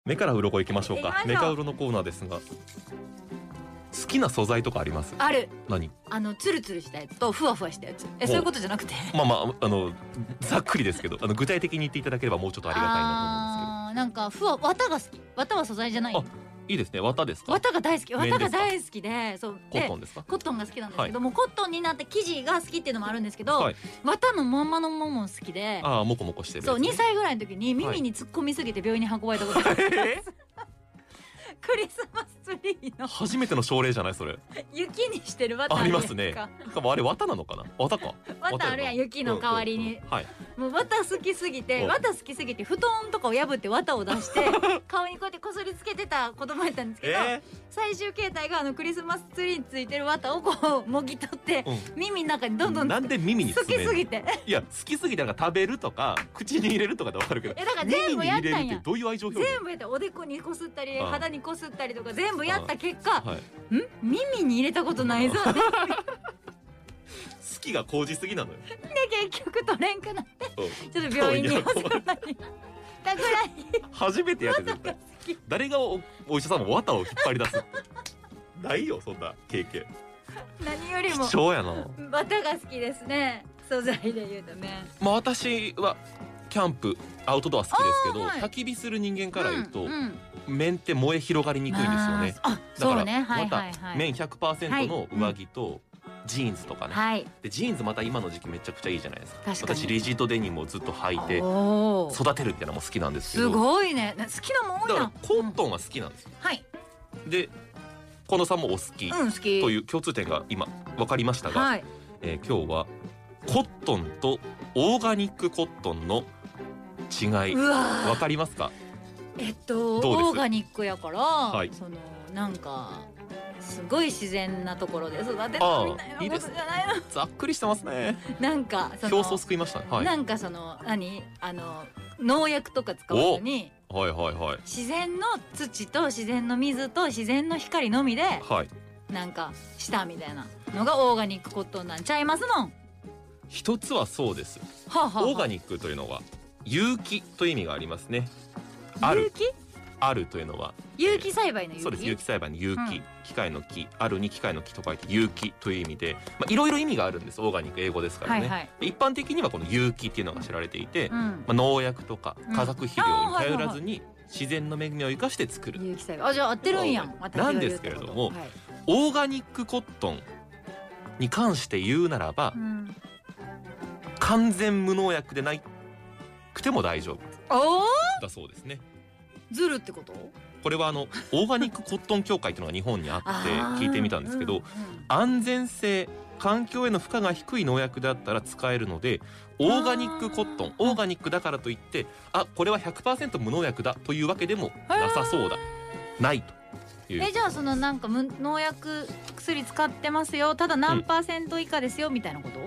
目から鱗いきましょうか。 行きましょう目から鱗のコーナーですが、好きな素材とかあります？ ある。 何？ ツルツルしたやつとふわふわしたやつ。そういうことじゃなくて、 まあざっくりですけど、具体的に言っていただければもうちょっとありがたいななんか綿が好き。綿は素材じゃない。 あ、いいですね。綿ですか？ 綿が大好き。 綿ですか？ 綿が大好きで、そうコットンですか？ コットンが好きなんですけども、コットンになって生地が好きっていうのもあるんですけど、 はい、 綿のまんまのものも好きで、 モコモコしてるやそうつね。 2歳ぐらいの時に耳に突っ込みすぎて病院に運ばれたことがありますクリスマスツリーの初めての症例じゃないそれ。 雪にしてる綿ありますね。 かしかもあれ綿なのかな？綿か。 綿あるやん、雪の代わりに。 はい。 もう綿好きすぎて布団とかを破って綿を出して顔にこうやってこすりつけてた子供やったんですけど、最終形態がクリスマスツリーについてる綿をこうもぎ取って、耳の中にどんどんなんで耳に好きすぎて、 いや好きすぎてなんか食べるとか口に入れるとかでわかるけど、 だから全部やったんや。 耳に入れるってどういう愛情表現？ 全部やった。おでこにこすったり肌にこすったりとか全部やった結果、 はい、 耳に入れたことないぞって好きが高じすぎなのよ。 で結局取れんくなってちょっと病院にお世話になったぐらい初めてやって絶対誰がお医者さんも綿を引っ張り出すないよそんな経験。 何よりも貴重やな。 綿が好きですね、素材で言うとね。 私はキャンプアウトドア好きですけど、 はい、 焚き火する人間から言うと、綿って燃え広がりにくいんですよね。だからまた綿 100% の上着とジーンズとかね、 はい、 でジーンズまた今の時期めちゃくちゃいいじゃないですか。 確かに私リジットデニムをずっと履いて育てるっていうのも好きなんですけど。 すごいね、好きなもん多いな。 だからコットンは好きなんですよ、 はい。 で近藤さんもお好き、 好きという共通点が今分かりましたが、 はい、 今日はコットンとオーガニックコットンの違い分かりますか？ オーガニックやから、 はい、 そのなんかすごい自然なところで育てたみたいなことじゃないの？ ざっくりしてますね。 なんかその表層すくいましたね、はい、 なんかその農薬とか使わずに、 はいはいはい、 自然の土と自然の水と自然の光のみで、 はい、 なんかしたみたいなのがオーガニックコットンなんちゃいますのん？ 一つはそうです、オーガニックというのは有機という意味がありますね。 有機？ あるというのは有機栽培の有機？ そうです、有機栽培の有機、機械の機、あるに機械の機と書いて有機という意味で、いろいろ意味があるんです。オーガニック英語ですからね、一般的にはこの有機っていうのが知られていて、農薬とか化学肥料に頼らずに自然の恵みを生かして作る有機栽培。 じゃあ合ってるんやん。 なんですけれども、オーガニックコットンに関して言うならば、完全無農薬でなくても大丈夫だそうですね。 ずるってこと？ これはオーガニックコットン協会というのが日本にあって聞いてみたんですけど、安全性、環境への負荷が低い農薬であったら使えるので、オーガニックコットン、オーガニックだからといってこれは 100% 無農薬だというわけでもなさそうだ、ないという。 じゃあそのなんか農薬薬使ってますよ、ただ何%以下ですよみたいなこと？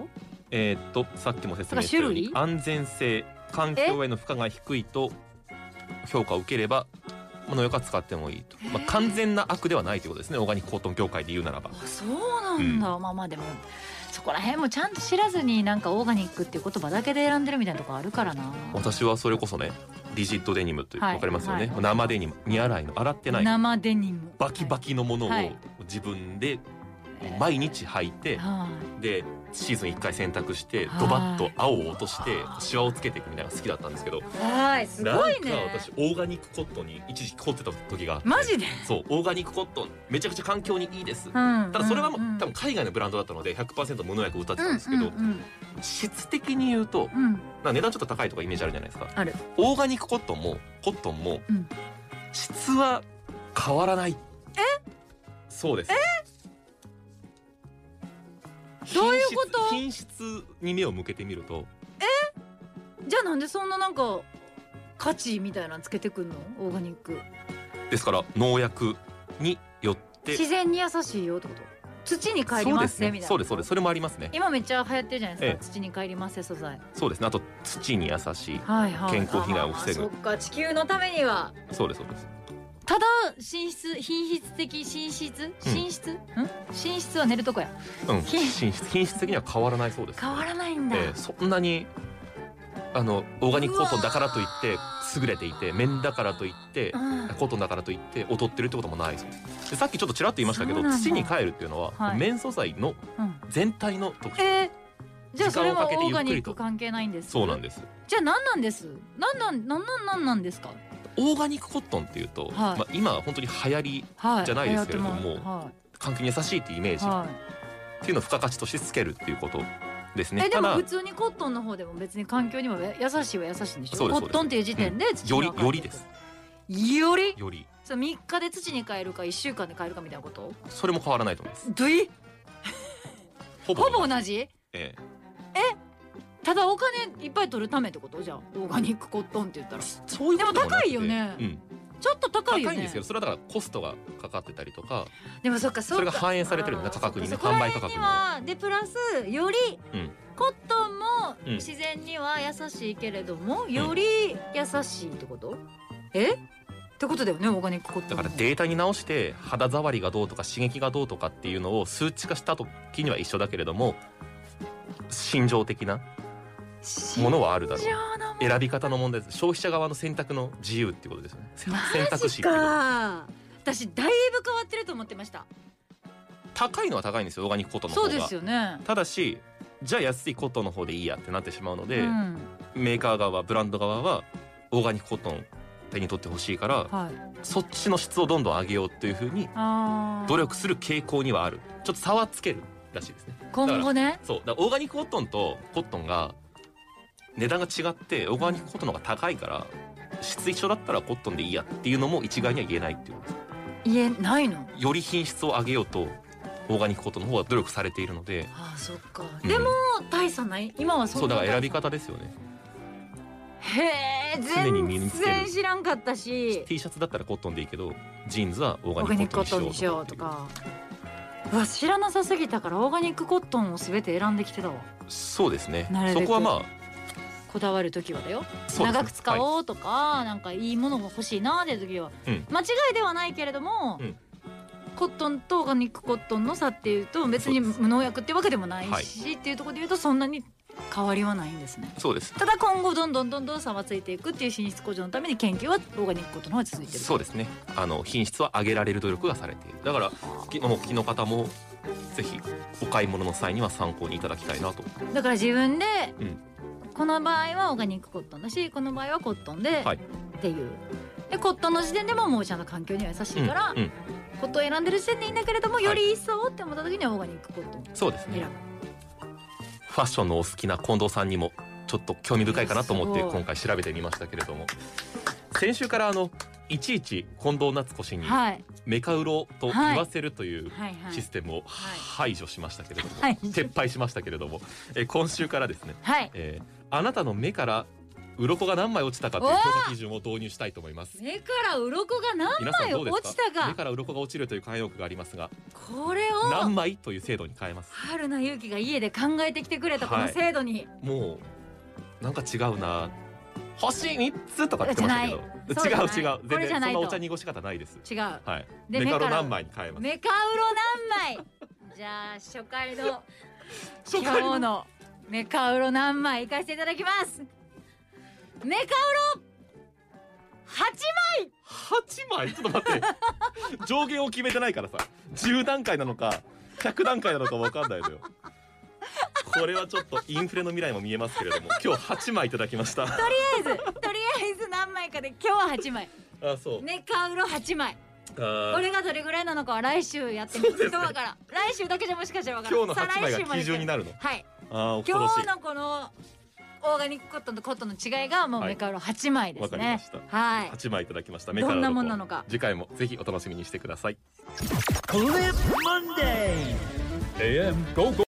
さっきも説明したように安全性、環境への負荷が低いと評価を受ければ農薬は使ってもいいと、完全な悪ではないということですね、オーガニックコットン協会で言うならば。 そうなんだ、まあでもそこら辺もちゃんと知らずになんかオーガニックっていう言葉だけで選んでるみたいなとこあるからな。 私はそれこそね、リジットデニムという、分かりますよね、生デニム、煮洗いの洗ってない生デニムバキバキのものを自分で毎日履いて、でシーズン1回洗濯してドバッと青を落としてシワをつけていくみたいなのが好きだったんですけど、 すごいね。 なんか私オーガニックコットンに一時期凝ってた時があって。 マジで？ そう、オーガニックコットンめちゃくちゃ環境にいいです、ただそれは多分海外のブランドだったので 100% 無農薬を歌ってたんですけど、質的に言うと、値段ちょっと高いとかイメージあるじゃないですか。 ある。 オーガニックコットンも、質は変わらない。そうです。 どういうこと？ 品質に目を向けてみると、 じゃあなんでそんななんか価値みたいなのつけてくんの？オーガニックですから農薬によって自然に優しいよってこと？土に帰りますねみたいな。 そうです、それもありますね。 今めっちゃ流行ってるじゃないですか、土に帰りますね素材。 そうですね、あと土に優しい、健康被害を防ぐ。 そっか、地球のためには。 そうです。 ただ品質は寝るとこや。 品質的には変わらないそうです。 変わらないんだ。 そんなにオーガニックコットンだからといって優れていて、綿だからといってコットンだからといって劣ってるってこともないそうです。でさっきちょっとちらっと言いましたけど、土に帰るっていうのは、はい、綿素材の全体の特徴、 じゃあそれはオーガニック関係ないんですか？ そうなんです。 じゃあ何なんです？何なんですか？ オーガニックコットンっていうと、今本当に流行りじゃないですけれども、環境に優しいっていうイメージっていうのを付加価値としてつけるっていうことですね。 でも普通にコットンの方でも別に環境にも優しいは優しいんでしょ？コットンっていう時点で土によりです。 よりそう 3日で土に変えるか1週間で変えるかみたいなこと？ それも変わらないと思います。 ほぼ同じ？ただお金いっぱい取るためってこと？じゃあオーガニックコットンって言ったらそういうことでも高いよね、ちょっと高いよね。 高いんですけど、それはだからコストがかかってたりとか、 でもそれが反映されてるんだ、価格にね、販売価格には。でプラスより、コットンも自然には優しいけれども、より優しいってこと？ってことだよね、オーガニックコットン。 だからデータに直して肌触りがどうとか刺激がどうとかっていうのを数値化した時には一緒だけれども、心情的なものはあるだろう。選び方の問題です。消費者側の選択の自由ってことですよね。選択肢ってこと。 私だいぶ変わってると思ってました。 高いのは高いんですよ、オーガニックコットンの方が。 そうですよね。 ただしじゃあ安いコットンの方でいいやってなってしまうので、メーカー側ブランド側はオーガニックコットン手に取ってほしいから、そっちの質をどんどん上げようっていうふうに努力する傾向にはある。ちょっと差はつけるらしいですね、 今後ね。 そうだからオーガニックコットンとコットンが値段が違って、オーガニックコットンの方が高いから質一緒だったらコットンでいいやっていうのも一概には言えないっていう。 言えないの？ より品質を上げようとオーガニックコットンの方は努力されているので。 そっか、でも大差ない。今はそうだから選び方ですよね。 常に身につける。全然知らんかったし、 T シャツだったらコットンでいいけどジーンズはオーガニックコットンにしようとか。 知らなさすぎたからオーガニックコットンを全て選んできてたわ。 そうですね、そこはこだわる時はだよ、長く使おうとか、なんかいいものが欲しいなっていう時は、間違いではないけれども、コットンとオーガニックコットンの差っていうと別に無農薬ってわけでもないし、っていうところで言うとそんなに変わりはないんですね。 そうです。 ただ今後どんどん差はついていくっていう品質向上のために研究はオーガニックコットンの方が続いてる。 そうですね、品質は上げられる努力がされている。だからお聞きの方もぜひお買い物の際には参考にいただきたいなと。 だから自分で、この場合はオーガニックコットンだし、この場合はコットンで、っていう。でコットンの時点でもうちゃんと環境には優しいから、コットン選んでる時点でいいんだけれども、より一層って思った時にはオーガニックコットン。 そうですね。ファッションのお好きな近藤さんにもちょっと興味深いかなと思って今回調べてみましたけれども、先週からいちいち近藤夏子氏にメカウロと言わせるというシステムを排除しましたけれども、撤廃しましたけれども、今週からですね、あなたの目から鱗が何枚落ちたかという評価基準を導入したいと思います。 目から鱗が何枚落ちたか。 目から鱗が落ちるという慣用句がありますが、 これを何枚という制度に変えます。 春名由紀が家で考えてきてくれたこの制度に、 もうなんか違うな、星3つとかって言ってましたけど、違う全然そんなお茶濁し方ないです。 違う。 メカウロ何枚に変えます。 メカウロ何枚じゃあ初回の今日のメカウロ何枚いかせていただきます。メカウロ8枚。 8枚ちょっと待って上限を決めてないからさ、10段階なのか100段階なのか分かんないのよ。これはちょっとインフレの未来も見えますけれども、今日8枚いただきました。 とりあえず何枚かで今日は8枚。 そう。 メカウロ8枚。これがどれぐらいなのかは来週やってみると分からん。来週だけじゃもしかしたら分からん。 今日の8枚が基準になるの。 はい。今日のこのオーガニックコットンとコットンの違いがもうメカウロ8枚ですね。わかりました。はい。8枚いただきました。メカウロ。どんなもんなのか。次回もぜひお楽しみにしてください。